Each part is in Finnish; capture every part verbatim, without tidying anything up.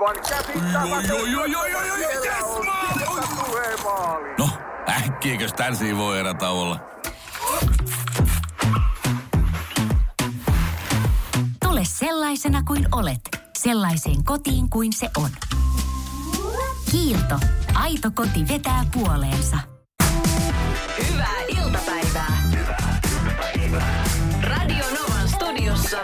Aivan käsittämätöntä. Siellä on sieltä tulee maali. No, äkkiäkös tän voi erätä olla? Tule sellaisena kuin olet, sellaiseen kotiin kuin se on. Kiilto. Aito koti vetää puoleensa. Hyvää iltapäivää. Hyvää iltapäivää. Radio Novan studiossa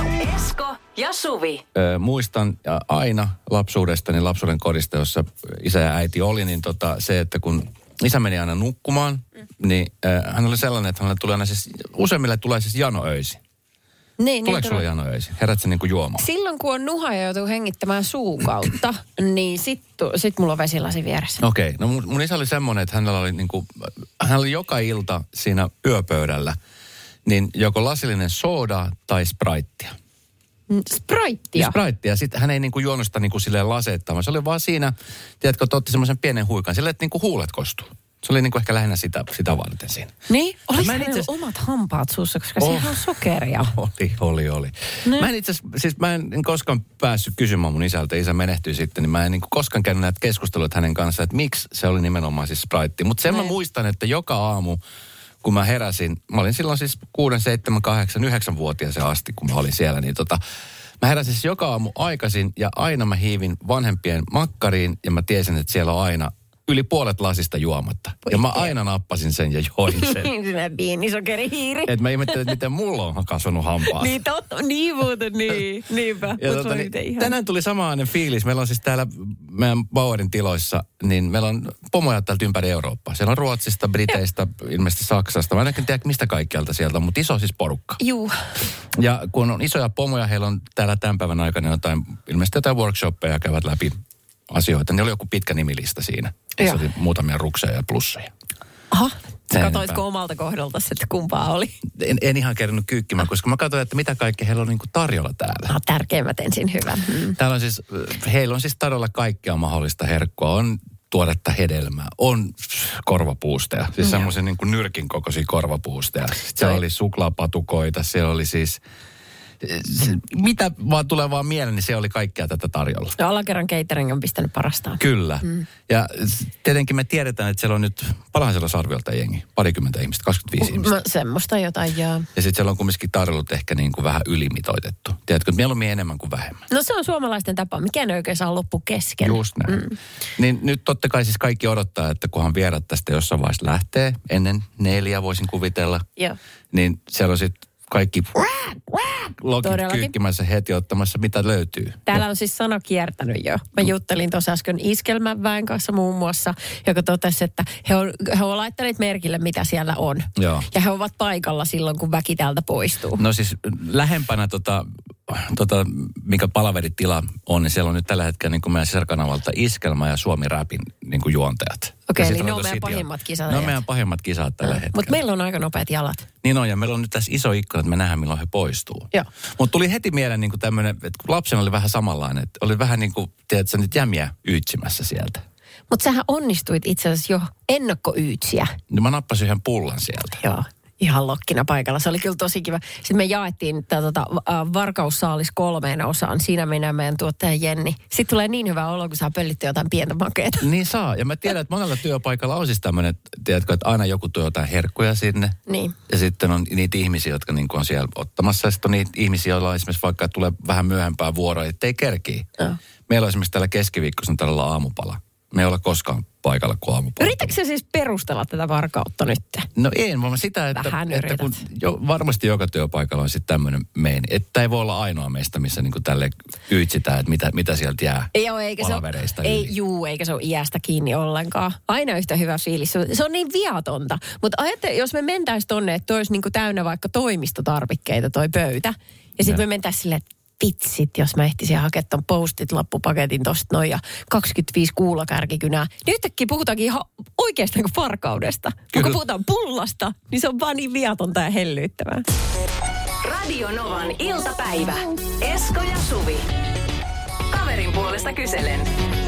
Esko ja Suvi. Öö, muistan aina lapsuudestani, lapsuuden kodista, jossa isä ja äiti oli, niin tota, se, että kun isä meni aina nukkumaan, mm. niin äh, hän oli sellainen, että hänelle tuli aina siis, useimmille tulee siis janoöisi. Niin, Tuleeko niin, sulla janoöisi? Herät sä niinku juomaan? Silloin kun on nuha ja joutuu hengittämään suun kautta, niin sit, sit mulla on vesilasi vieressä. Okei, okay. No mun, mun isä oli semmoinen, että hänellä oli niinku, hän oli joka ilta siinä yöpöydällä, niin joko lasillinen sooda tai spraittia. Spraittia? Spraittia. Sitten hän ei niinku juonut sitä niinku silleen laseettamaan. Se oli vaan siinä, tiedätkö, että otti semmoisen pienen huikan, silleen, että niinku huulet kostuu. Se oli niinku ehkä lähinnä sitä, sitä varten siinä. Niin? Olis hänellä itse... omat hampaat suussa, koska oh. siihen on sokeria. Oli, oli, oli. Ne. Mä en itse asiassa, siis mä en koskaan päässyt kysymään mun isältä, isä menehtyi sitten, niin mä en niinku koskaan käynyt näitä keskusteluita hänen kanssaan, että miksi se oli nimenomaan siis Sprite. Mutta sen ne. Mä muistan, että joka aamu, kun mä heräsin, mä olin silloin siis kuuden, seitsemän, kahdeksan, yhdeksän vuotiaaseen asti, kun mä olin siellä, niin tota, mä heräsin siis joka aamu aikaisin ja aina mä hiivin vanhempien makkariin ja mä tiesin, että siellä on aina yli puolet lasista juomatta. Voi ja mä aina nappasin sen ja join sen. Sinä pieni sokerihiiri. Että mä ihmettelin, että miten mulla on kasvanut hampaat. Niin totta, niin muuten, niin. Niinpä. Ja tota, niin, tänään tuli samainen fiilis. Meillä on siis täällä meidän Bauerin tiloissa, niin meillä on pomoja täältä ympäri Eurooppaa. Siellä on Ruotsista, Briteistä, ja ilmeisesti Saksasta. Mä en oikein tiedä, mistä kaikkialta sieltä on, mutta iso siis porukka. Juu. Ja kun on isoja pomoja, heillä on täällä tämän päivän aikana jotain, ilmeisesti jotain workshoppeja käyvät läpi asioita. Niin oli joku pitkä nimilista siinä. Se oli muutamia rukseja ja plusseja. Aha. Katoitko omalta kohdalta, että kumpaa oli? En, en ihan kerännyt kyykkimään, koska mä katsoin, että mitä kaikkea heillä on niin kuin tarjolla täällä. No, tärkeimmät ensin, hyvä. Mm. Täällä on siis, heillä on siis tarjolla kaikkea mahdollista herkkua. On tuoretta hedelmää, on korvapuusteja. Siis mm. semmoisen niin kuin nyrkin kokoisia korvapuusteja. Sitten siellä oli suklaapatukoita, siellä oli siis... Mitä vaan tulee vaan mieleen, niin se oli kaikkea tätä tarjolla. No, alakerran catering on pistänyt parastaan. Kyllä. Mm. Ja tietenkin me tiedetään, että siellä on nyt, palahan siellä arviolta jengi, parikymmentä ihmistä, kaksikymmentäviisi ihmistä. No, semmoista jotain, joo. Ja sitten siellä on kumminkin tarjollut ehkä niin kuin vähän ylimitoitettu. Tiedätkö, että mieluummin enemmän kuin vähemmän. No se on suomalaisten tapa. Mikään ei oikein saa loppu kesken. Just näin. Mm. Niin nyt totta kai siis kaikki odottaa, että kunhan vierat tästä jossain vaiheessa lähtee, ennen neljä voisin kuvitella. Joo. Niin siellä on sitten kaikki lokit kyykkimässä heti ottamassa, mitä löytyy. Täällä on siis sana kiertänyt jo. Mä juttelin tuossa äsken Iskelmänväen kanssa muun muassa, joka totesi, että he on, he on laittaneet merkille, mitä siellä on. Joo. Ja he ovat paikalla silloin, kun väki täältä poistuu. No siis lähempänä tota, tota mikä palaveritila on, niin siellä on nyt tällä hetkellä niin kuin meidän sisarkanavalta Iskelmä ja Suomi Rapin niin kuin juontajat. Okei, okay, eli ne on meidän pahimmat kisat. Ne on meidän pahimmat kisat tällä hetkellä. Mutta meillä on aika nopeat jalat. Niin on, ja meillä on nyt tässä iso ikkuna, että me nähdään, milloin he poistuu. Mutta tuli heti mieleen niin kuin tämmöinen, että kun lapsena oli vähän samanlainen, että oli vähän niin kuin, tiedätkö, nyt jämiä yytsimässä sieltä. Mutta sähän onnistuit itse asiassa jo ennakkoyytsiä. No mä nappasin yhden pullan sieltä. Joo. Ihan lokkina paikalla. Se oli kyllä tosi kiva. Sitten me jaettiin tätä tota, varkaussaalis kolmeen osaan. Siinä minä meidän tuottaja Jenni. Sitten tulee niin hyvä olo, kun saa pöllittyä jotain pientä makeeta. Niin saa. Ja mä tiedän, että monella työpaikalla on siis tämmöinen, tiedätkö, että aina joku tuo jotain herkkuja sinne. Niin. Ja sitten on niitä ihmisiä, jotka niin kuin on siellä ottamassa. Ja sitten on niitä ihmisiä, joilla on esimerkiksi vaikka tulee vähän myöhempää vuoroa, ettei kerkii. No. Meillä on esimerkiksi tällä keskiviikkoisena tällä aamupala. Me ei ole koskaan paikalla kuin aamupala. Yritätkö sä siis perustella tätä varkautta nyt? No ei, vaan sitä, että, että kun jo, varmasti joka työpaikalla on sitten tämmöinen meini. Että ei voi olla ainoa meistä, missä niinku tälle yytsitään, että mitä, mitä sieltä jää Joo, eikä palavereista se, ei, juu, eikä se ole iästä kiinni ollenkaan. Aina yhtä hyvä fiilis. Se on niin viatonta. Mutta ajattele, jos me mentäisiin tonne, että toi olisi niinku täynnä vaikka toimistotarvikkeita toi pöytä. Ja sitten me mentäisiin silleen, että vitsit, jos mä ehtisin hakea ton postit-lappupaketin tosta noin ja kaksikymmentäviisi kuulakärkikynää. Niin yhtäkkiä puhutaankin ihan oikeastaan kuin varkaudesta. Mutta kun puhutaan pullasta, niin se on vaan niin viatonta ja hellyyttävää. Radio Novan iltapäivä. Esko ja Suvi. Kaverin puolesta kyselen.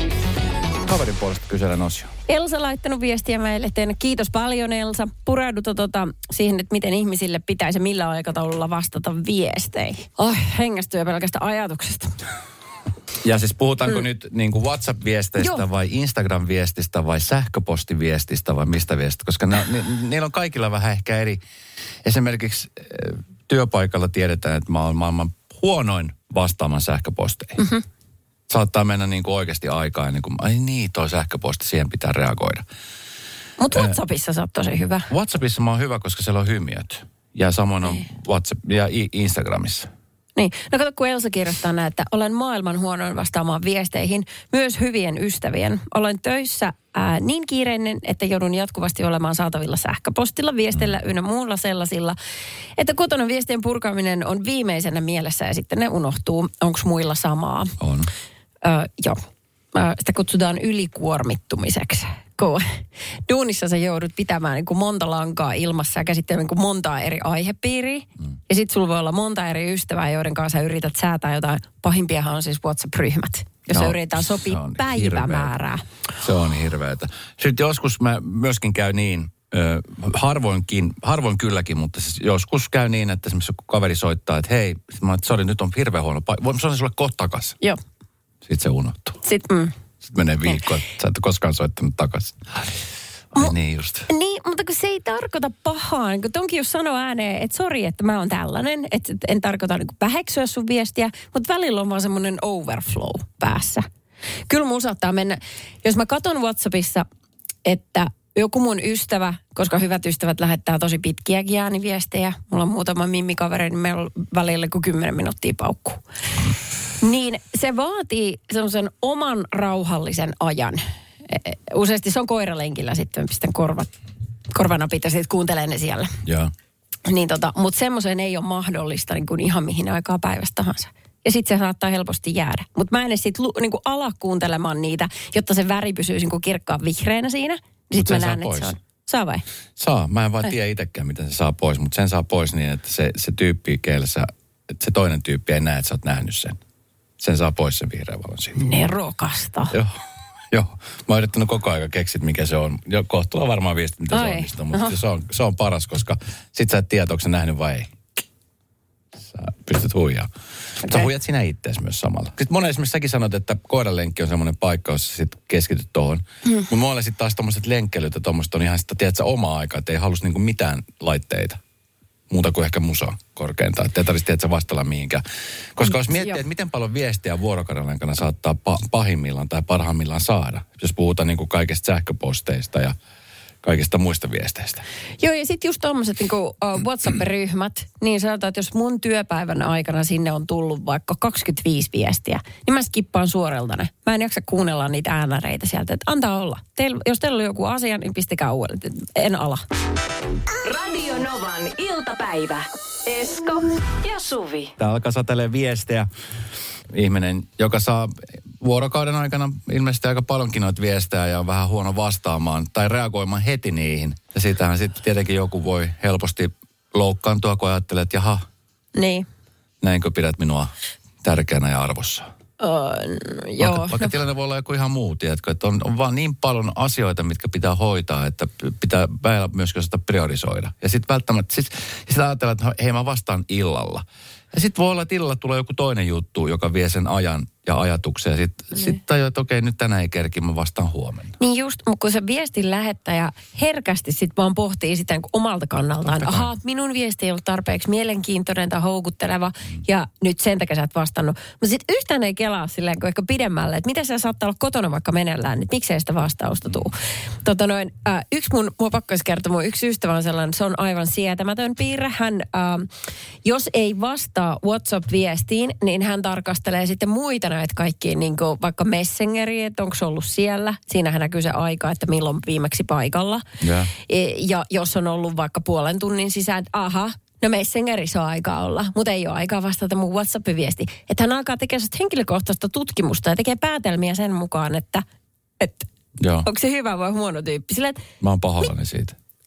Kaverin puolesta kyselen osio. Elsa laittanut viestiä meille teille. Kiitos paljon Elsa. Pureuduta tota siihen, että miten ihmisille pitäisi millä aikataululla vastata viesteihin. Ai, hengästyy pelkästä ajatuksesta. Ja siis puhutaanko mm. nyt niin kuin WhatsApp-viesteistä Joo. vai Instagram-viestistä vai sähköpostiviestistä vai mistä viestistä? Koska ne, ne, niillä on kaikilla vähän ehkä eri. Esimerkiksi äh, työpaikalla tiedetään, että mä oon maailman huonoin vastaamaan sähköposteihin. Mm-hmm. Saattaa mennä niin kuin oikeasti aikaa ennen kuin, ai niin, toi sähköposti, siihen pitää reagoida. Mutta WhatsAppissa sä oot tosi hyvä. WhatsAppissa mä oon hyvä, koska siellä on hymiöt. Ja samoin on WhatsApp ja Instagramissa. Niin. No kato, kun Elsa kirjoittaa näin, että olen maailman huonoin vastaamaan viesteihin, myös hyvien ystävien. Olen töissä ää, niin kiireinen, että joudun jatkuvasti olemaan saatavilla sähköpostilla, viestillä ynnä muulla sellaisilla, että kotona viestien purkaminen on viimeisenä mielessä ja sitten ne unohtuu. Onko muilla samaa? On. Öö, joo. Sitä kutsutaan ylikuormittumiseksi. Kun duunissa sä joudut pitämään niin kuin monta lankaa ilmassa ja käsittelemään niin kuin montaa eri aihepiiriä. Mm. Ja sit sulla voi olla monta eri ystävää, joiden kanssa sä yrität säätää jotain. Pahimpiahan on siis WhatsApp-ryhmät, jossa no, yritetään sopia päivämäärää. Hirveetä. Se on hirveätä. Sitten joskus mä myöskin käy niin, ö, harvoinkin, harvoin kylläkin, mutta siis joskus käy niin, että esimerkiksi kun kaveri soittaa, että hei, mä oon, sori, nyt on hirveän huono paikka. Voin sanoa sulle kohta takaisin. Joo. Sitten se unohtuu. Sitten, mm. Sitten menee viikko, että sä et koskaan soittanut takaisin. Ai Mu- niin just. Niin, mutta kun se ei tarkoita pahaa. Niin kun tonkin jos sanoo ääneen, että sori, että mä oon tällainen, että en tarkoita niin väheksyä sun viestiä, mutta välillä on vaan semmoinen overflow päässä. Kyllä mun saattaa mennä, jos mä katon WhatsAppissa, että joku mun ystävä, koska hyvät ystävät lähettää tosi pitkiäkin ääniviestejä, mulla on muutama mimmikaveri, niin meillä on välillä kuin kymmenen minuuttia paukkuu. Niin se vaatii semmoisen oman rauhallisen ajan. Useasti se on koiralenkillä sitten, pistän korvat, korvanapit ja sitten kuuntelen ne siellä. Joo. Niin tota, mutta semmoiseen ei ole mahdollista niin kuin ihan mihin aikaa päivästä tahansa. Ja sitten se saattaa helposti jäädä. Mutta mä en edes sitten niin kuin ala kuuntelemaan niitä, jotta se väri pysyisi niin kuin kirkkaan vihreänä siinä. Sitten mä näen, että se on. Saa vai? Saa. Mä en vaan tiedä itsekään, miten se saa pois. Mutta sen saa pois niin, että se, se tyyppi, keillä sä, että se toinen tyyppi ei näe, että sä oot nähnyt sen. Sen saa pois sen vihreän valon siitä. Nerokasta. Joo. Joo. Mä oon yrittänyt koko ajan keksiä, mikä se on. Jo, kohta tulee varmaan viesti, mitä Ai. se onnistuu. Mutta se on, se on paras, koska sit sä et tiedä, onko sä nähnyt vai ei. Sä pystyt huijaamaan. Okay. Sä huijat sinä ittees myös samalla. Sitten monen esimerkiksi säkin sanot, että koiralenkki on semmoinen paikka, jossa sit keskityt tohon. Mm. Mutta mulle sitten taas tommoset lenkkelyt ja tommoset on ihan sitä, tiedätkö, omaa aikaa, että ei halus niinku mitään laitteita. Muuta kuin ehkä musa korkeintaan. Että ei tarvitse tiedä vastalla mihinkään. Koska jos miettii, että miten paljon viestiä vuorokauden aikana saattaa pa- pahimmillaan tai parhaimmillaan saada. Jos puhutaan niin kuin kaikista sähköposteista ja kaikista muista viesteistä. Joo, ja sitten just tommoset niin kuin uh, WhatsApp-ryhmät, niin sanotaan, että jos mun työpäivän aikana sinne on tullut vaikka kaksikymmentäviisi viestiä, niin mä skippaan suorelta ne. Mä en jaksa kuunnella niitä äänäreitä sieltä, että antaa olla. Teil, jos teillä on joku asia, niin pistäkää uudelleen. En ala. Radio Novan iltapäivä. Esko ja Suvi. Tää alkaa satelee viestejä. Ihminen, joka saa vuorokauden aikana ilmeisesti aika paljonkin noita viestejä ja on vähän huono vastaamaan tai reagoimaan heti niihin. Ja siitähän sitten tietenkin joku voi helposti loukkaantua, kun ajattelee, että jaha, niin. Näinkö pidät minua tärkeänä ja arvossa? Uh, no, joo. Vaikka, vaikka no. tilanne voi olla joku ihan muu, tiedätkö, että on, on vaan niin paljon asioita, mitkä pitää hoitaa, että pitää väillä myöskin osata priorisoida. Ja sitten välttämättä, sit, sit ajatellaan, että hei mä vastaan illalla. Ja sitten voi olla, että illalla tulee joku toinen juttu, joka vie sen ajan ja ajatuksen. Ja sitten niin. sit tajuu, että okei, nyt tänään ei kerki, mä vastaan huomenna. Niin just, mutta kun se viestin lähettäjä herkästi sitten vaan pohtii sitä niin omalta kannaltaan. Ahaa, minun viesti ei ollut tarpeeksi mielenkiintoinen tai houkutteleva mm. ja nyt sen takia sä et vastannut. Mutta sitten yhtään ei kelaa silleen kuin ehkä pidemmälle, että mitä se saattaa olla kotona vaikka meneillään, niin miksei sitä vastausta tuu. Tota noin, äh, yksi mun, mua pakko kertoa, mun yksi ystävä on sellainen, se on aivan sietämätön piirre. Hän, äh, jos ei vastaa WhatsApp-viestiin, niin hän tarkastelee sitten muita näitä kaikkiin, niin kuin vaikka Messengeriä, että onko se ollut siellä. Siinähän näkyy se aika, että milloin viimeksi paikalla. Yeah. Ja jos on ollut vaikka puolen tunnin sisään, että aha, no Messengerissä on aikaa olla, mutta ei ole aikaa vastata mun WhatsApp-viesti. Että hän alkaa tekemään henkilökohtaista tutkimusta ja tekee päätelmiä sen mukaan, että, että onko se hyvä vai huono tyyppi. Sillä, että, mä oon pahoillani mi- siitä.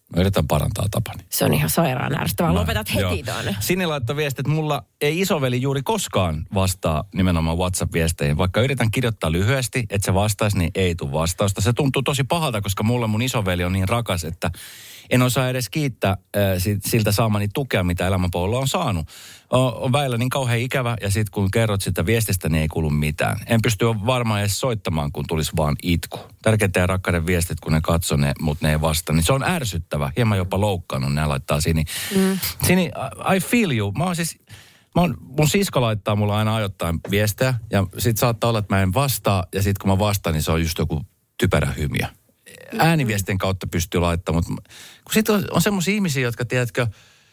Mä yritän parantaa tapani. Se on ihan sairaan ärsyttävää. Lopetat heti Joo. tuonne. Sini laittoi viesti, että mulla ei isoveli juuri koskaan vastaa nimenomaan WhatsApp-viesteihin. Vaikka yritän kirjoittaa lyhyesti, että se vastaisi, niin ei tule vastausta. Se tuntuu tosi pahalta, koska mulla mun isoveli on niin rakas, että en osaa edes kiittää äh, siltä saamani tukea, mitä elämänpolulla on saanut. On, on väillä niin kauhean ikävä, ja sitten kun kerrot sitä viestistä, niin ei kuulu mitään. En pysty varmaan edes soittamaan, kun tulisi vaan itku. Tärkeitä ja rakkaiden viestit, kun ne katsoo ne, mutta ne ei vastaa. Niin se on ärsyttävä, hieman jopa loukkaannut, ne laittaa Sini. Mm. Sini, I feel you. Mä oon siis, mä oon, mun sisko laittaa mulla aina ajoittain viestejä, ja sit saattaa olla, että mä en vastaa, ja sit kun mä vastaan, niin se on just joku typerä hymiö. Ääniviestien kautta pystyy laittamaan, mutta kun sitten on, on semmoisia ihmisiä, jotka tiedätkö,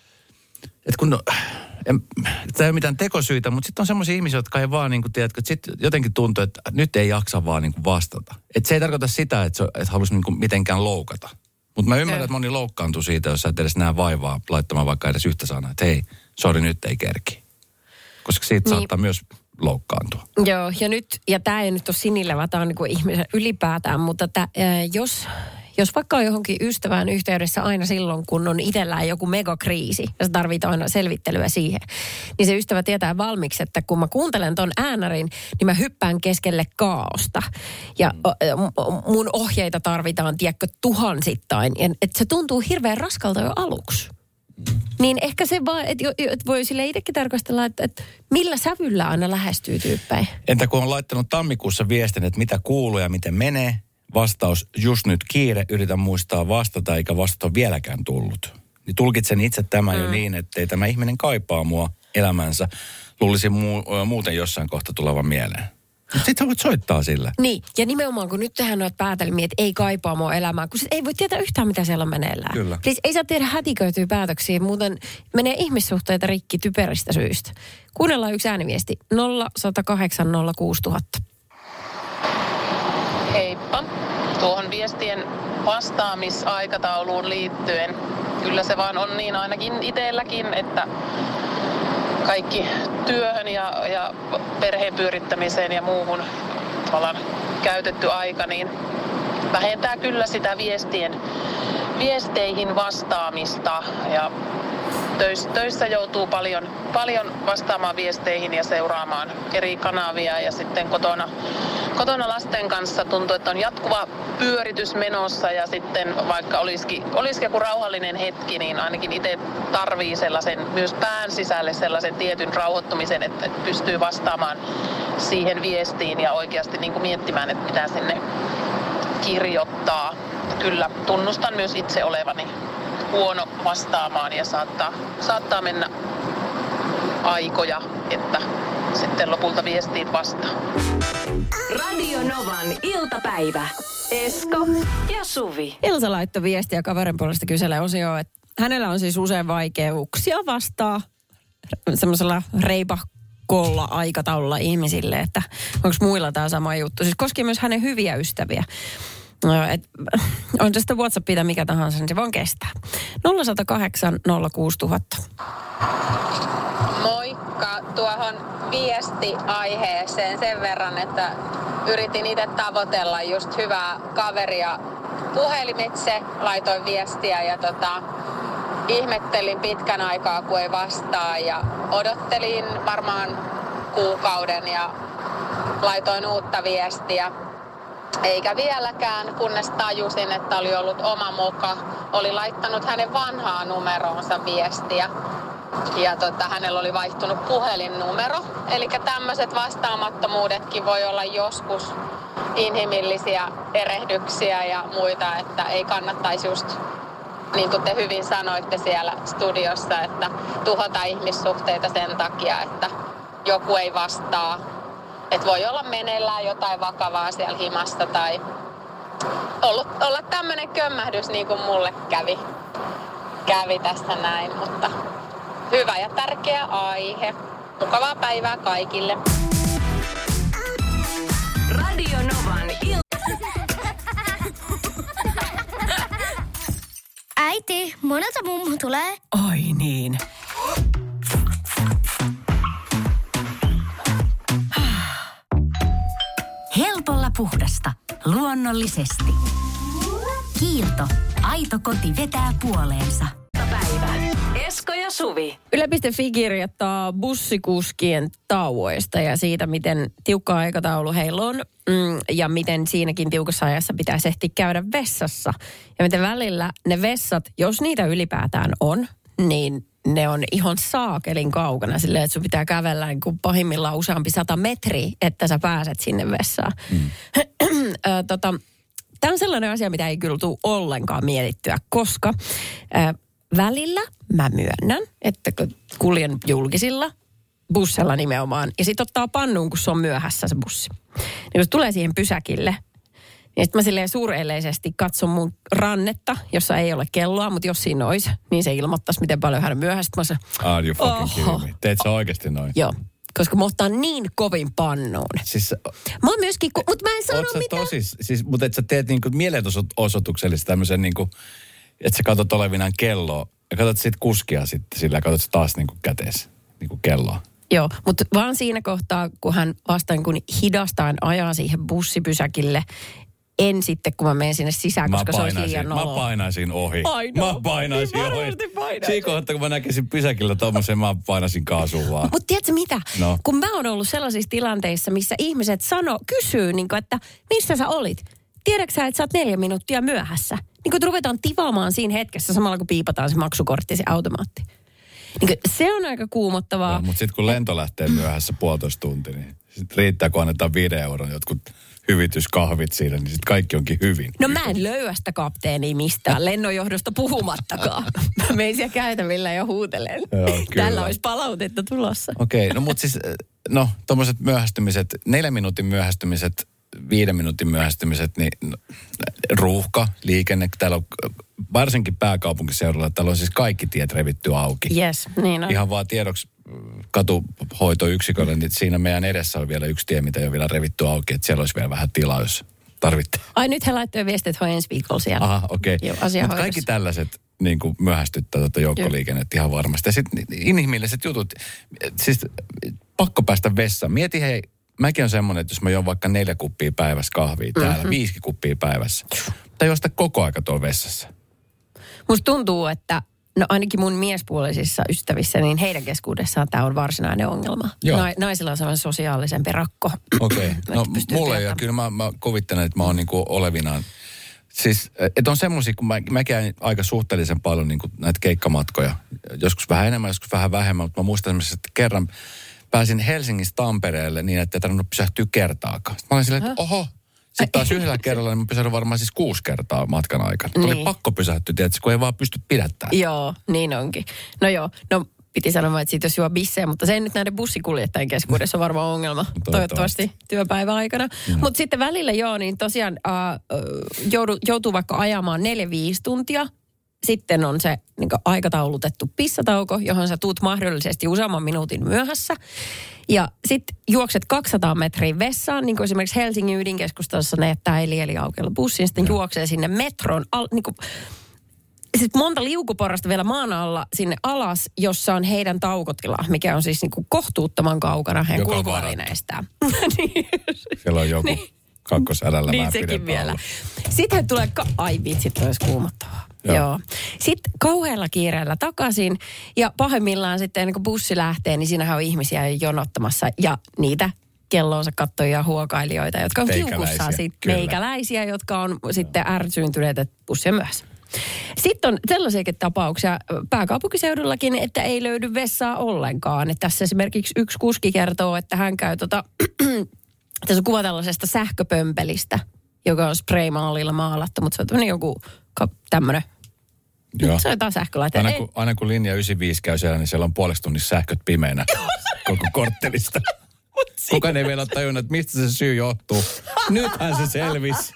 että kun, en, tämä ei ole mitään tekosyitä, mutta sitten on semmoisia ihmisiä, jotka ei vaan, niin kuin, tiedätkö, että sitten jotenkin tuntuu, että nyt ei jaksa vaan niin kuin vastata. Että se ei tarkoita sitä, että, se, että haluaisi niin kuin mitenkään loukata. Mutta mä ymmärrän, että moni loukkaantuu siitä, jos sä et edes näe vaivaa laittamaan vaikka edes yhtä sanaa, että hei, sori, nyt ei kerki. Koska siitä niin saattaa myös loukkaantua. Joo, ja nyt, ja tämä ei nyt ole Sinille, vaan tämä on niin kuin ihmisen ylipäätään, mutta tää, jos, jos vaikka on johonkin ystävään yhteydessä aina silloin, kun on itsellään joku megakriisi, ja sä tarvit aina selvittelyä siihen, niin se ystävä tietää valmiiksi, että kun mä kuuntelen ton äänärin, niin mä hyppään keskelle kaaosta. Ja mm. mun ohjeita tarvitaan, tiedätkö, tuhansittain. Ja, että se tuntuu hirveän raskalta jo aluksi. Niin ehkä se vaan, että et voi sille itsekin tarkastella, että et millä sävyllä aina lähestyy tyyppejä. Entä kun on laittanut tammikuussa viestin, että mitä kuuluu ja miten menee, vastaus just nyt kiire, yritän muistaa vastata, eikä vastata vieläkään tullut. Niin tulkitsen itse tämän mm. jo niin, että ei tämä ihminen kaipaa mua elämänsä. Luulisin mu- muuten jossain kohta tulevan mieleen. Sitten sä voit soittaa sillä. Niin, ja nimenomaan kun nyt tehdään noita päätelmiä, että ei kaipaa mua elämää, kun sit ei voi tietää yhtään, mitä siellä on meneillään. Kyllä. Siis ei saa tehdä hätiköityä päätöksiä, muuten menee ihmissuhteita rikki typeristä syistä. Kuunnellaan yksi ääniviesti. nolla yksi nolla kahdeksan nolla kuusi nolla nolla nolla. Heippa. Tuohon viestien vastaamisaikatauluun liittyen. Kyllä se vaan on niin ainakin itselläkin, että kaikki työhön ja, ja perheen pyörittämiseen ja muuhun tavallaan käytetty aika, niin vähentää kyllä sitä viestien, viesteihin vastaamista. Ja töissä, töissä joutuu paljon, paljon vastaamaan viesteihin ja seuraamaan eri kanavia. Ja sitten kotona, kotona lasten kanssa tuntuu, että on jatkuva pyöritys menossa. Ja sitten vaikka olisikin, olisikin joku rauhallinen hetki, niin ainakin itse tarvii sellaisen myös pään sisälle sellaisen tietyn rauhoittumisen, että pystyy vastaamaan siihen viestiin ja oikeasti niin kuin miettimään, että mitä sinne kirjoittaa. Kyllä tunnustan myös itse olevani huono vastaamaan ja saattaa, saattaa mennä aikoja, että sitten lopulta viestiin vastaan. Radio Novan iltapäivä. Esko ja Suvi. Ilsa laittoi viestiä kaverin puolesta kyselee osioon, että hänellä on siis usein vaikeuksia vastaa semmoisella reipahkolla aikataululla ihmisille, että onko muilla tämä sama juttu. Siis koskee myös hänen hyviä ystäviä. Et, on se sitten WhatsApp tai mikä tahansa, niin se vaan kestää. nolla yksi nolla kahdeksan nolla kuusi nolla nolla nolla. Moikka. Tuohon viestiaiheeseen sen verran, että yritin itse tavoitella just hyvää kaveria puhelimitse. Laitoin viestiä ja tota, ihmettelin pitkän aikaa, kun ei vastaa. Ja odottelin varmaan kuukauden ja laitoin uutta viestiä. Eikä vieläkään, kunnes tajusin, että oli ollut oma moka. Oli laittanut hänen vanhaa numeroonsa viestiä. Ja tota, hänellä oli vaihtunut puhelinnumero. Eli tämmöiset vastaamattomuudetkin voi olla joskus inhimillisiä erehdyksiä ja muita. Että ei kannattaisi just, niin kuin te hyvin sanoitte siellä studiossa, että tuhota ihmissuhteita sen takia, että joku ei vastaa. Että voi olla meneillään jotain vakavaa siellä himassa tai ollut, olla tämmöinen kömmähdys niin kuin mulle kävi, kävi tässä näin. Mutta hyvä ja tärkeä aihe. Mukavaa päivää kaikille. Radio Novan il- Äiti, monelta mummu tulee? Ai niin. Helpolla puhdasta. Luonnollisesti. Kiilto. Aito koti vetää puoleensa. Päivä. Esko ja Suvi. Yle piste fi kirjoittaa bussikuskien tauoista ja siitä, miten tiukka aikataulu heillä on mm, ja miten siinäkin tiukassa ajassa pitää ehtiä käydä vessassa. Ja miten välillä ne vessat, jos niitä ylipäätään on, niin ne on ihan saakelin kaukana silleen, että sun pitää kävellä niin kuin pahimmillaan useampi sata metriä, että sä pääset sinne vessaan. Mm. tota, Tämä on sellainen asia, mitä ei kyllä tule ollenkaan mietittyä, koska äh, välillä mä myönnän, että kun kuljen julkisilla bussilla nimenomaan, ja sit ottaa pannuun, kun se on myöhässä se bussi. Niin jos tulee siihen pysäkille, niin sitten mä silleen suureleisesti katson mun rannetta, jossa ei ole kelloa, mutta jos siinä olisi, niin se ilmoittaisi, miten paljon hän on myöhässä. Mä sanoin, are you fucking kidding me? Teet sä oikeasti noin? Joo. Koska mä ottaa niin kovin pannuun. Siis, mä oon myöskin, mutta mä en sano mitään. Tosis, siis, mutta et sä teet niinku mielenosoituksellisesti tämmöisen niinku, että sä katsot olevinaan kelloa ja katsot sit kuskia sitten sillä ja katsot taas niinku kätees niinku kelloa. Joo, mutta vaan siinä kohtaa, kun hän vastaan kun hidastaen ajaa siihen bussipysäkille, en sitten, kun mä menen sinne sisään, koska se olisi liian noloa. Mä painaisin ohi. Ai no, mä painaisin niin ohi. Painaisin. Siinä kohtaa, kun mä näkisin pysäkillä tommosen, mä painaisin kaasuun vaan. Mutta tiedätkö mitä? No. Kun mä oon ollut sellaisissa tilanteissa, missä ihmiset sano, kysyy, niin kuin, että missä sä olit? Tiedätkö sä, että sä oot neljä minuuttia myöhässä? Niin kun ruvetaan tivaamaan siinä hetkessä samalla, kun piipataan se maksukortti, se automaatti. Niin kuin, se on aika kuumottavaa. No, mutta sitten kun lento lähtee myöhässä puolitoista tuntia, niin sit riittää, kun annetaan viiden euron jotkut hyvityskahvit siinä, niin sitten kaikki onkin hyvin. No mä en löyä sitä kapteenia mistään, lennonjohdosta puhumattakaan. Mä menin siellä käytävillä jo huutelen. Joo, Tällä olisi palautetta tulossa. Okei, okay, no mutta siis, no tommoset myöhästymiset, neljän minuutin myöhästymiset, viiden minuutin myöhästymiset, niin no, ruuhka, liikenne, täällä on varsinkin pääkaupunkiseudulla, täällä on siis kaikki tiet revitty auki. Yes, niin on. Ihan vaan tiedoksi katuhoitoyksikölle, niin siinä meidän edessä on vielä yksi tie, mitä ei ole vielä revitty auki, että siellä olisi vielä vähän tilaa, jos tarvitte. Ai nyt he laittoi viestit, että he on ensi viikolla siellä. Aha, okei. Okay. Mutta kaikki tällaiset niin kuin myöhästyttää tuota joukkoliikennettä ihan varmasti. Ja sitten inhimilliset jutut, siis pakko päästä vessaan. Mieti hei, mäkin on semmoinen, että jos mä juon vaikka neljä kuppia päivässä kahvia täällä, mm-hmm. viisi kuppia päivässä, tai juosta koko aika tuolla vessassa. Musta tuntuu, että no ainakin mun miespuolisissa ystävissä, niin heidän keskuudessaan tämä on varsinainen ongelma. Na, naisilla on sellainen sosiaalisempi rakko. Okei, okay. No mulle ja kyllä mä, mä kuvittelen, että mä oon niinku olevinaan. Siis, että on semmoisia, kun mä, mä käyn aika suhteellisen paljon niinku näitä keikkamatkoja. Joskus vähän enemmän, joskus vähän vähemmän, mutta mä muistan esimerkiksi, että kerran pääsin Helsingistä Tampereelle niin, että ei tarvinnut pysähtyä kertaakaan. Sitten mä olin silleen, että oho. Sitten taas yhdellä kerralla niin mä pysähdyin varmaan siis kuusi kertaa matkan aikana. Niin. Oli pakko pysähtyä, tietysti, kun ei vaan pysty pidättämään. Joo, niin onkin. No joo, no piti sanoa, että siitä jos juo bissejä, mutta se ei nyt näiden bussikuljettajien keskuudessa varmaan ongelma. Toivottavasti, Toivottavasti työpäivän aikana. Mm. Mutta sitten välillä joo, niin tosiaan äh, joudu, joutuu vaikka ajamaan neljä viisi tuntia. Sitten on se niin kuin aikataulutettu pissatauko, johon sä tuut mahdollisesti useamman minuutin myöhässä. Ja sitten juokset kaksisataa metriä vessaan, niin kuin esimerkiksi Helsingin ydinkeskustassa ne jättää eli aukealla bussin. Sitten juoksee sinne metron, al, niin kuin, sitten monta liukuporrasta vielä maan alla sinne alas, jossa on heidän taukotila, mikä on siis niin kuin kohtuuttoman kaukana heidän kulkuvälineistään. Niin. Siellä on joku niin. kakkosärällä niin sekin vielä. Sitten tulee, ka- ai vitsit, olisi kuumottavaa. Joo. Joo. Sitten kauhealla kiireellä takaisin ja pahimmillaan sitten ennen kuin bussi lähtee, niin siinähän on ihmisiä jonottamassa ja niitä kelloonsa kattojia huokailijoita, jotka on kiukussaan sitten meikäläisiä, jotka on Joo. sitten ärsyyntyneet, että bussi on myöhässä. Sitten on sellaisiakin tapauksia pääkaupunkiseudullakin, että ei löydy vessaa ollenkaan. Että tässä esimerkiksi yksi kuski kertoo, että hän käy tota, tässä on kuva tällaisesta sähköpömpelistä, joka on spraymaalilla maalattu, mutta se on joku tämmöinen. Joo. Se on jotain sähkölaite. Aina kun, aina kun linja yhdeksänkymmentäviisi käy siellä, niin siellä on puolesta tunnissa sähköt pimeänä koko korttelista. Kukaan ei vielä ole tajunnut, että mistä se syy johtuu. Nythän se selvisi.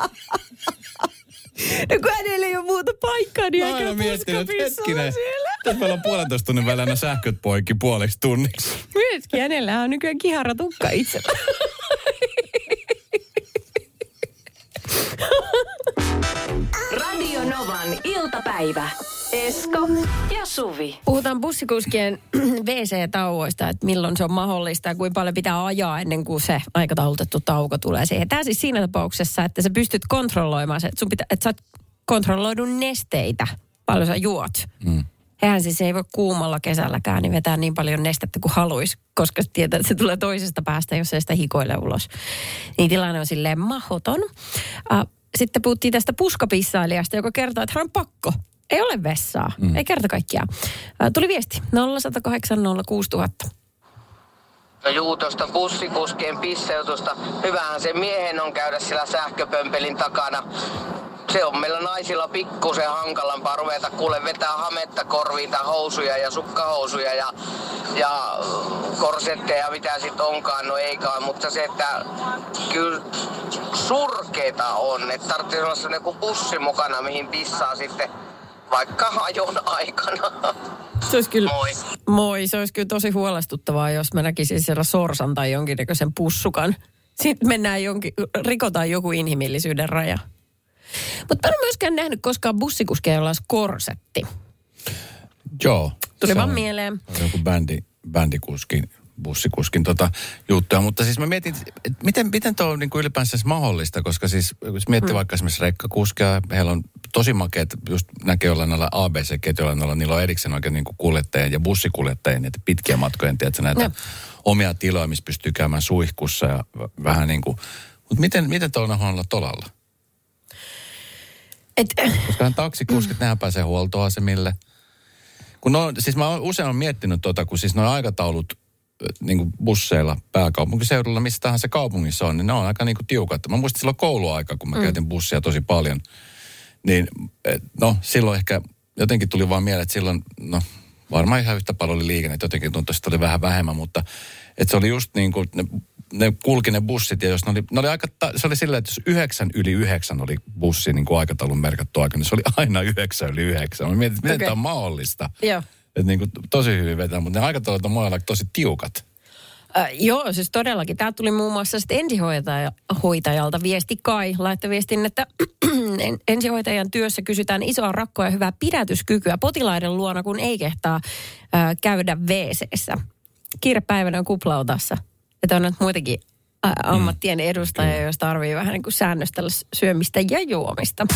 No kun hänellä ei ole muuta paikkaa, niin aika puskapissalla siellä. Tässä meillä on puolentoista tunnin välillä sähköt poikki puoleksi tunniksi. Myöskin hänellä on nykyään kiharatukka itsellä. Radio Novan iltapäivä. Esko ja Suvi. Puhutaan bussikuskien wee see-tauoista, että milloin se on mahdollista ja kuinka paljon pitää ajaa ennen kuin se aikataulutettu tauko tulee siihen. Tämä siis siinä tapauksessa, että sä pystyt kontrolloimaan se, että, sun pitä, että sä oot kontrolloidun nesteitä. Paljon sä juot. Mm. Eihän siis ei voi kuumalla kesälläkään niin vetää niin paljon nestettä kuin haluaisi, koska tietää, että se tulee toisesta päästä, jos ei sitä hikoile ulos. Niin tilanne on silleen mahdoton. Sitten puhuttiin tästä puskapissailijasta, joka kertoo, että hän on pakko. Ei ole vessaa. Mm. Ei kerta kaikkiaan. Tuli viesti nolla yksi nolla kahdeksan nolla kuusi nolla nolla nolla. No juu, tuosta bussikuskien pisseutusta. Hyvähän se miehen on käydä sillä sähköpömpelin takana. Se on meillä naisilla pikkusen hankalampaa ruveta kuule vetää hametta korviin tai housuja ja sukkahousuja ja, ja korsetteja mitä sit onkaan, no eikaan, mutta se, että kyllä surkeeta on, että tarvitsee olla sellainen kuin bussi mukana, mihin pissaa sitten vaikka ajon aikana. Se olisi kyllä, moi. moi. Se olisi kyllä tosi huolestuttavaa, jos mä näkisin siellä sorsan tai jonkinnäköisen pussukan. Sitten mennään jonkin, rikotaan joku inhimillisyyden raja. Mutta mä en ole myöskään nähnyt koskaan bussikuskeja, jolla olisi korsetti. Joo. Tuli vaan mieleen. Joku bändi, bändikuskin, bussikuskin tota juttuja. Mutta siis mä mietin, että miten, miten tuo on niin kuin ylipäänsä mahdollista, koska siis jos miettii hmm. vaikka esimerkiksi rekkakuskeja, heillä on tosi makeat, just näkee olla näillä A B C-ketjoilla, niillä on erikseen oikein niin kuin kuljettajien ja bussikuljettajien, niitä pitkiä matkoja, tiedätkö, näitä no. omia tiloja, missä pystyy käymään suihkussa ja vähän niin kuin, mutta miten, miten tuo on olla tolalla? Et, Koska taksikuskit, nehän pääsee huoltoasemille. Kun no, siis mä usein olen miettinyt tota, kun siis nuo aikataulut niin kuin busseilla pääkaupunkiseudulla, missä tahansa kaupungissa on, niin ne on aika niin kuin tiukat. Mä muistin silloin kouluaika, kun mä mm. käytin bussia tosi paljon, niin no silloin ehkä jotenkin tuli vaan mieleen, että silloin, no varmaan ihan yhtä paljon oli liikenne, että jotenkin tuntui, että oli vähän vähemmän, mutta että se oli just niin kuin, ne, ne kulki ne bussit ja jos ne oli, ne oli aika, se oli silleen, että jos yhdeksän yli yhdeksän oli bussi niin kuin aikataulun merkattu aika, niin se oli aina yhdeksän yli yhdeksän. Mä mietin, että miten okay. tämä on mahdollista. Joo. Että niin kuin tosi hyvin vetää, mutta ne aikataulut on monella tosi tiukat. Äh, joo, siis todellakin. Tämä tuli muun muassa sitten ensihoitajalta viesti Kai. Laittoi viestin, että ensihoitajan työssä kysytään isoa rakkoa ja hyvää pidätyskykyä potilaiden luona, kun ei kehtaa äh, käydä WC:ssä. Kiirepäivänä on kuplautassa. Että on nyt muitakin äh, ammattien edustajia, mm. jos tarvii vähän niin kuin säännöstellä syömistä ja juomista.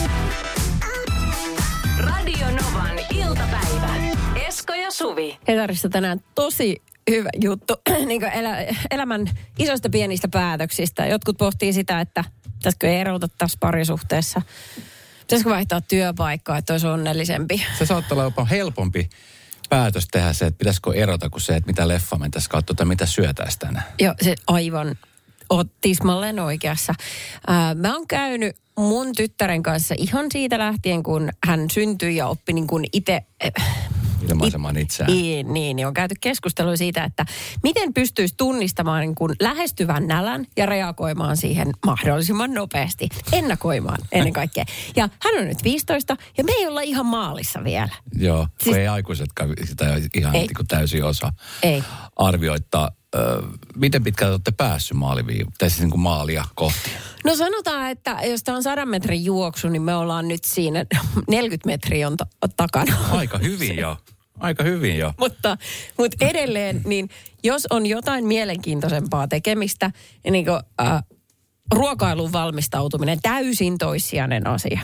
Radio Novan iltapäivä. Esko ja Suvi. Hesarissa tänään tosi hyvä juttu niin kuin elä, elämän isoista pienistä päätöksistä. Jotkut pohtii sitä, että pitäisikö erota tässä parisuhteessa. Pitäisikö vaihtaa työpaikkaa, että olisi onnellisempi. Se saattaa olla jopa helpompi päätös tehdä se, että pitäisikö erota kuin se, että mitä leffa mentäisiin katsoa tai mitä syötäisiin tänään. Joo, se aivan oot tismalleen oikeassa. Ää, mä oon käynyt mun tyttären kanssa ihan siitä lähtien, kun hän syntyi ja oppi niin kuin itse... Ilmaisemaan itseään. Niin, niin, niin on käyty keskustelua siitä, että miten pystyisi tunnistamaan niin kuin lähestyvän nälän ja reagoimaan siihen mahdollisimman nopeasti. Ennakoimaan ennen kaikkea. Ja hän on nyt viisitoista ja me ei olla ihan maalissa vielä. Joo, siis, ei aikuisetkaan sitä ihan ei. Niin täysin osaa ei. arvioittaa. Ö, miten pitkältä olette päässyt maaliviivan, tai siis niin kuin maalia kohti? No sanotaan, että jos tämä on sadan metrin juoksu, niin me ollaan nyt siinä neljäkymmentä metriä on ta- takana. Aika hyvin jo. Aika hyvin jo. mutta, mutta edelleen, niin jos on jotain mielenkiintoisempaa tekemistä, niin kuin äh, ruokailun valmistautuminen, täysin toissijainen asia.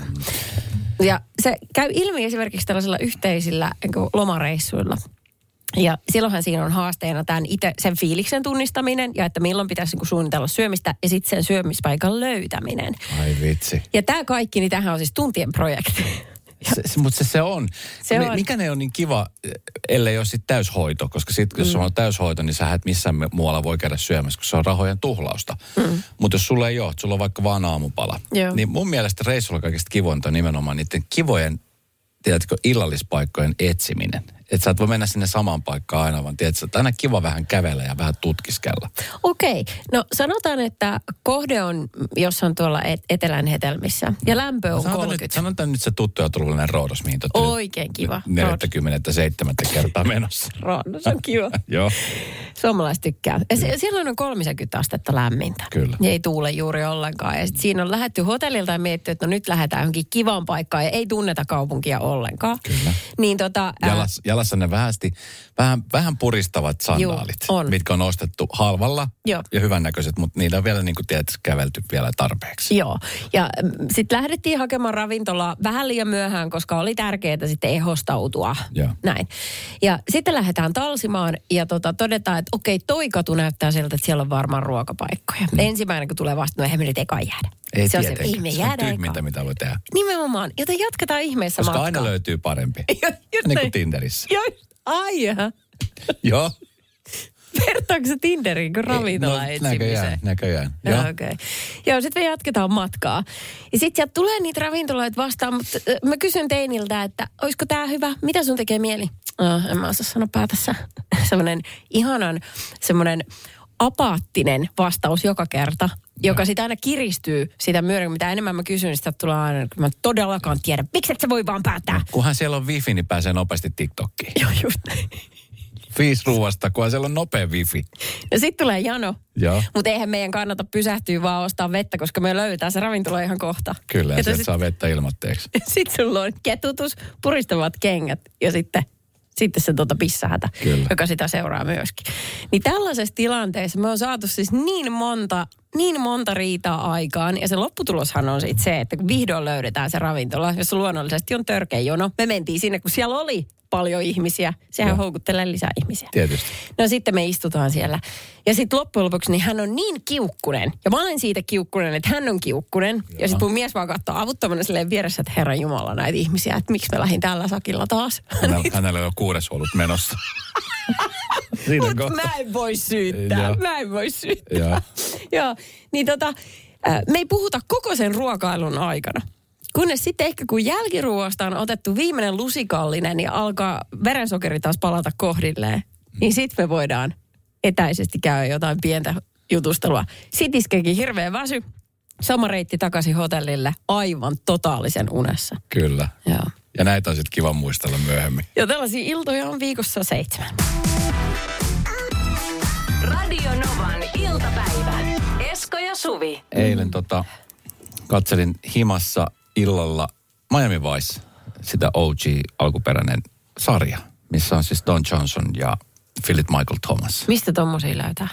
Ja se käy ilmi esimerkiksi tällaisilla yhteisillä niin kuin lomareissuilla. Ja silloinhan siinä on haasteena tämän itse sen fiiliksen tunnistaminen ja että milloin pitäisi niin suunnitella syömistä ja sitten sen syömispaikan löytäminen. Ai vitsi. Ja tämä kaikki, niin tämähän on siis tuntien projekti. Se, se, mutta se, se on. Se Me, on. mikä ne on niin kiva, ellei ole sitten täyshoito, koska sit, jos mm. on täyshoito, niin sä et missään muualla voi käydä syömässä, koska se on rahojen tuhlausta. Mm. Mutta jos sulla ei ole, sulla on vaikka vaan aamupala, Joo. niin mun mielestä reissulla kaikista kivointa on nimenomaan niiden kivojen, tiedätkö, illallispaikkojen etsiminen. Että sä et voi mennä sinne samaan paikkaan aina, vaan tiedätkö, että aina kiva vähän kävellä ja vähän tutkiskella. Okei. No sanotaan, että kohde on jossain tuolla et- etelän hetelmissä ja lämpö on sanotaan kolmekymmentä. Nyt, sanotaan nyt se tuttu ja turvallinen Roodos, mihin te Oikein kiva. neljäkymmentäseitsemän kertaa menossa. Roodos on kiva. Joo. Suomalaiset tykkää. Ja se, silloin on kolmekymmentä astetta lämmintä. Kyllä. Ja ei tuule juuri ollenkaan. Ja sitten siinä on lähdetty hotellilta ja mietitty, että no nyt lähdetään johonkin kivaan paikkaan ja ei tunneta kaupunkia ollenkaan. Kyllä. Niin tota... Jalas, jalassa ne vähästi, vähän, vähän puristavat sandaalit, Juu, on. mitkä on ostettu halvalla Joo. ja hyvännäköiset, mutta niillä on vielä niin kuin tiedät, kävelty vielä tarpeeksi. Joo, ja sitten lähdettiin hakemaan ravintolaa vähän liian myöhään, koska oli tärkeää sitten ehostautua. Joo. Näin. Ja sitten lähdetään talsimaan ja tota, todetaan, että okei, toi katu näyttää siltä, että siellä on varmaan ruokapaikkoja. Mm. Ensimmäinen, kun tulee vastaan, no eihän me nyt eka jäädä. Ei se on tietenkään. se, ei me Se on jäädä tyhmintä, eka. mitä voi tehdä. Nimenomaan, joten jatketaan ihmeessä Koska matkaa. aina löytyy parempi. Just niin kuin Tinderissä. Joo, ai jaha. Joo. Vertaanko se Tinderiin kuin ravintola no, etsimiseen? näköjään, näköjään. Joo, okei. Okay. Joo, sitten me jatketaan matkaa. Ja sitten sieltä tulee niitä ravintoloita vastaan, mutta äh, mä kysyn teiniltä, että olisiko tää hyvä? Mitä sun tekee mieli? Oh, en mä osaa sanoa päätässä. Semmoinen ihanan, semmoinen apaattinen vastaus joka kerta, joka sitä aina kiristyy sitä myöden, mitä enemmän mä kysyn, sitä tulee aina, kun mä todellakaan tiedä. Miksi et sä voi vaan päättää? Kunhan siellä on wifi, niin pääsee nopeasti TikTokkiin. Joo, just näin. Viisi ruuasta, kunhan siellä on nopea wifi. Ja sitten tulee jano. Joo. Mutta eihän meidän kannata pysähtyä vaan ostaa vettä, koska me löydetään se ravintola ihan kohta. Kyllä, ja, ja sieltä sit, saa vettä ilmoitteeksi. Sitten sulla on ketutus, puristavat kengät ja sitten, sitten se tota pissähätä, Kyllä. joka sitä seuraa myöskin. Niin tällaisessa tilanteessa me on saatu siis niin monta, niin monta riitaa aikaan. Ja se lopputuloshan on sitten se, että kun vihdoin löydetään se ravintola, jossa luonnollisesti on törkeä jono. Me mentiin sinne, kun siellä oli paljon ihmisiä. Sehän Joo. houkuttelee lisää ihmisiä. Tietysti. No sitten me istutaan siellä. Ja sitten loppujen lopuksi niin hän on niin kiukkunen. Ja mä olen siitä kiukkunen, että hän on kiukkunen. Joo. Ja sitten mun mies vaan katsoo avuttomana silleen vieressä, että Herran Jumala näitä ihmisiä. Että miksi mä lähdin tällä sakilla taas. Hänellä, hänellä on jo kuudes ollut menossa. Mutta mä en voi syyttää. Joo. Mä en voi syyttää. Joo. Joo. Niin tota, me ei puhuta koko sen ruokailun aikana. Kunnes sitten ehkä kun jälkiruoasta on otettu viimeinen lusikallinen ja alkaa verensokeri taas palata kohdilleen, niin sitten me voidaan etäisesti käydä jotain pientä jutustelua. Sitten iskeekin hirveä väsy. Sama reitti takaisin hotellille aivan totaalisen unessa. Kyllä. Joo. Ja näitä on sitten kiva muistella myöhemmin. Ja tällaisia iltoja on viikossa seitsemän. Radio Novan iltapäivä. Esko ja Suvi. Eilen tota, katselin himassa illalla Miami Vice, sitä O G-alkuperäinen sarja, missä on siis Don Johnson ja Philip Michael Thomas. Mistä tommosia löytää?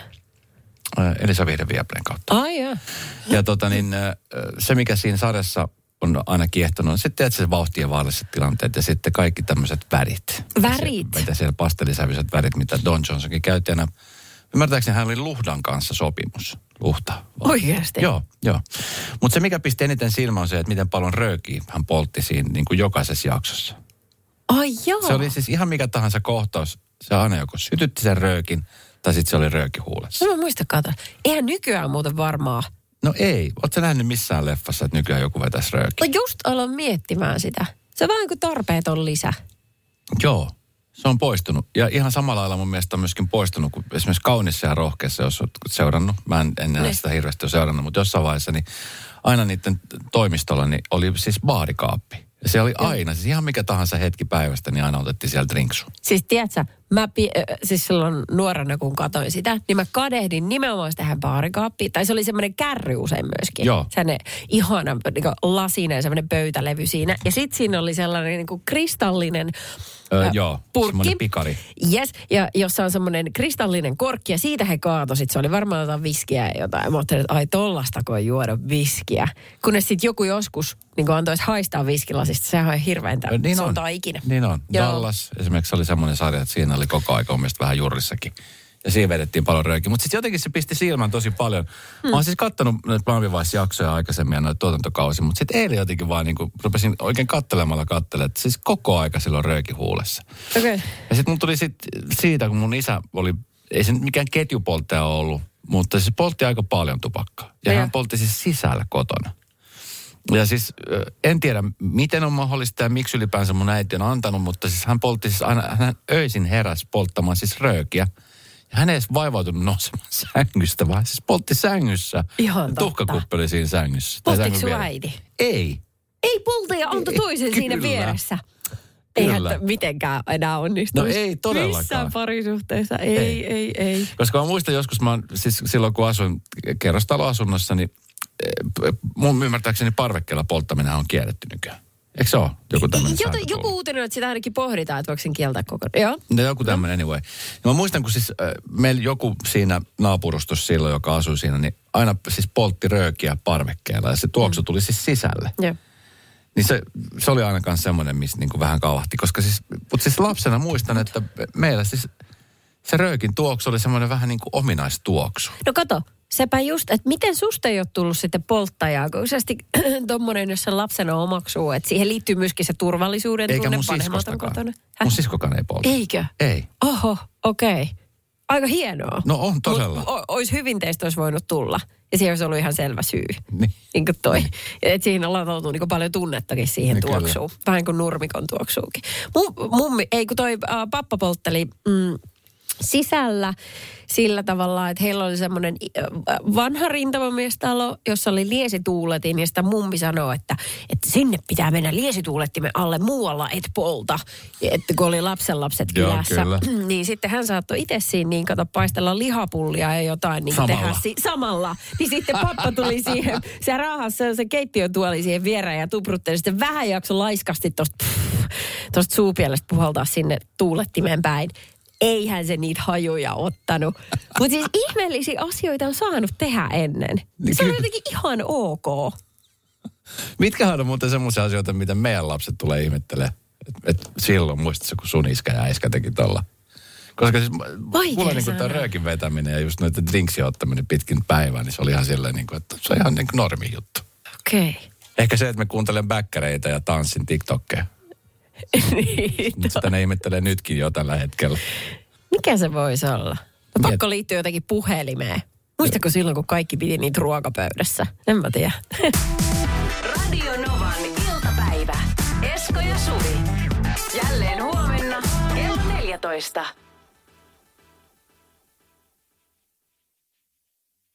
Elisa Vihden Viapleen kautta. Ai joo. Ja tota niin, se mikä siinä sarjassa on aina kiehtonut, on sitten se vauhti ja vaaralliset tilanteet ja sitten kaikki tämmöiset värit. Värit? Se, mitä siellä pastelisävyiset värit, mitä Don Johnsonkin käytti aina. Ymmärtääkseni hän oli Luhdan kanssa sopimus. Luhta. Oikeasti? Joo, joo. Mutta se mikä pisti eniten silmään on se, että miten paljon röökiä hän poltti siinä niin kuin jokaisessa jaksossa. Ai joo. Se oli siis ihan mikä tahansa kohtaus. Se aina joko sytytti sen röökin tai sitten se oli rööki huulessa. No mä muista katsoa. Eihän nykyään muuten varmaa. No ei. Ootko nähnyt missään leffassa, että nykyään joku vetäisi röökiä? Mä just aloin miettimään sitä. Se on vaan kuin tarpeeton lisä. Joo. Se on poistunut. Ja ihan samalla lailla mun mielestä on myöskin poistunut, kun esimerkiksi Kaunissa ja Rohkeassa, jos olet seurannut. Mä en enää ne. sitä hirveästi ole seurannut, mutta jossain vaiheessa niin aina niiden toimistolla niin oli siis baarikaappi. Ja se oli aina, siis ihan mikä tahansa hetki päivästä, niin aina otettiin sieltä drinksu. Siis tiedätkö, mä pi- äh, siis silloin nuorena kun katsoin sitä, niin mä kadehdin nimenomaan tähän baarikaappiin. Tai se oli semmoinen kärry usein myöskin. Joo. Sellainen ihana niin kuin lasinen, semmoinen pöytälevy siinä. Ja sitten siinä oli sellainen niin kuin kristallinen Öö, äh, joo, purkki. semmoinen pikari. Yes, ja jossa on semmoinen kristallinen korkki ja siitä he kaatoi. Sitten se oli varmaan jotain viskiä ja jotain. Mä ajattelin, että ai tollastako ei juoda viskiä. Kunnes sitten joku joskus niin antoisi haistaa viskilasista. Sehän on hirveäntä. Niin se on. on ikinä. Niin on. Joo. Dallas esimerkiksi oli semmoinen sarja, että siinä oli koko aika mielestäni vähän jurissakin. Ja siinä vedettiin paljon röökiä. Mutta sitten jotenkin se pisti silmään tosi paljon. Hmm. Mä oon siis kattonut näitä Miami-Vice-jaksoja aikaisemmin ja noita tuotantokausia. Mutta sitten eilen jotenkin vaan niin kuin rupesin oikein kattelemalla kattelemaan, että siis koko aika silloin rööki huulessa. Okei. Okay. Ja sitten mun tuli sit siitä, kun mun isä oli, ei se nyt mikään ketjupolttaja ollut, mutta se poltti aika paljon tupakkaa. Ja ja. hän poltti siis sisällä kotona. Ja siis en tiedä, miten on mahdollista ja miksi ylipäänsä mun äiti on antanut, mutta siis hän poltti siis aina, hän öisin heräsi polttamaan siis röökiä. Ja hän ei edes vaivautunut nousemaan sängystä, vaan siis poltti sängyssä. Ihan totta. Tuhkakuppi oli siinä sängyssä. Polttiko sun äiti? Ei. Ei polta ja antoi toisen Kyllä. siinä vieressä. Kyllä. Eihän t- mitenkään enää onnistuisi. No ei todellakaan. Missään parisuhteessa. Ei, ei, ei, ei. Koska mä muistan joskus, mä oon, siis silloin kun asuin kerrostaloasunnossa, niin mun ymmärtääkseni parvekkeella polttaminen on kielletty nykyään. Eikö se ole joku tämmöinen Joku, joku uutinen, että sitä ainakin pohditaan, että voiko sen kieltää kokonaan. Joo. No joku tämmöinen anyway. Ja mä muistan, kun siis äh, meillä joku siinä naapurustossa silloin, joka asui siinä, niin aina siis poltti röökiä parvekkeella ja se tuoksu mm. tuli siis sisälle. Joo. Niin se, se oli aina myös semmoinen, missä niinku vähän kauhahti. Koska siis, mutta siis lapsena muistan, että meillä siis se röökin tuoksu oli semmoinen vähän niin kuin ominaistuoksu. No kato, sepä just, että miten susta ei ole tullut sitten polttajaa, kun useasti tommonen, jos sen lapsena omaksuu, että siihen liittyy myöskin se turvallisuuden tunne. Eikä mun siskostakaan. Mun siskokaan ei polta. Eikö? Ei. Oho, okei. Okay. Aika hienoa. No on todella. Mut, o, ois hyvin teistä olisi voinut tulla. Ja siihen olisi ollut ihan selvä syy. Niin. Niin kuin toi. Niin. Että siihen on latautunut niin paljon tunnettakin siihen niin tuoksuun. Kyllä. Vähän kuin nurmikon tuoksuukin. Mum, mummi, ei kun toi äh, pappa poltteli mm, sisällä sillä tavalla, että heillä oli semmoinen vanha rintamamiestalo, jossa oli liesituuletin, ja sitä mummi sanoi, että, että sinne pitää mennä liesituulettimen alle, muualla et polta. Että kun oli lapsenlapset kylässä, Joo, niin sitten hän saattoi itse siinä niin kato paistella lihapullia ja jotain niin samalla. tehdä si- samalla. Niin sitten pappa tuli siihen, se raahassa se keittiön tuoli siihen viereen ja tuprutteli. Sitten vähän jakso laiskasti tosta, tosta suupielestä puhaltaa sinne tuulettimeen päin. Eihän se niitä hajuja ottanut. Mutta siis ihmeellisiä asioita on saanut tehdä ennen. Se on jotenkin ihan ok. Mitkähän on muuten semmoisia asioita, mitä meidän lapset tulee ihmettelemään? Että et silloin muistatko, kun sun iskä ja äiskä teki tolla? Koska siis Vaikea mulla niin tämä röökin vetäminen ja just noiden drinksien ottaminen pitkin päivää, niin se oli ihan silleen, niin kuin, että se on ihan niin kuin normi juttu. Okei. Okay. Ehkä se, että me kuuntelen bäkkäreitä ja tanssin TikTokkeja. Niin, Mutta sitä ne ihmettelee nytkin jo tällä hetkellä. Mikä se voisi olla? No, pakko liittyä jotenkin puhelimeen. Muistatko silloin, kun kaikki piti niitä ruokapöydässä? En mä tiedä. Radio Novan iltapäivä. Esko ja Suvi. Jälleen huomenna kello neljätoista.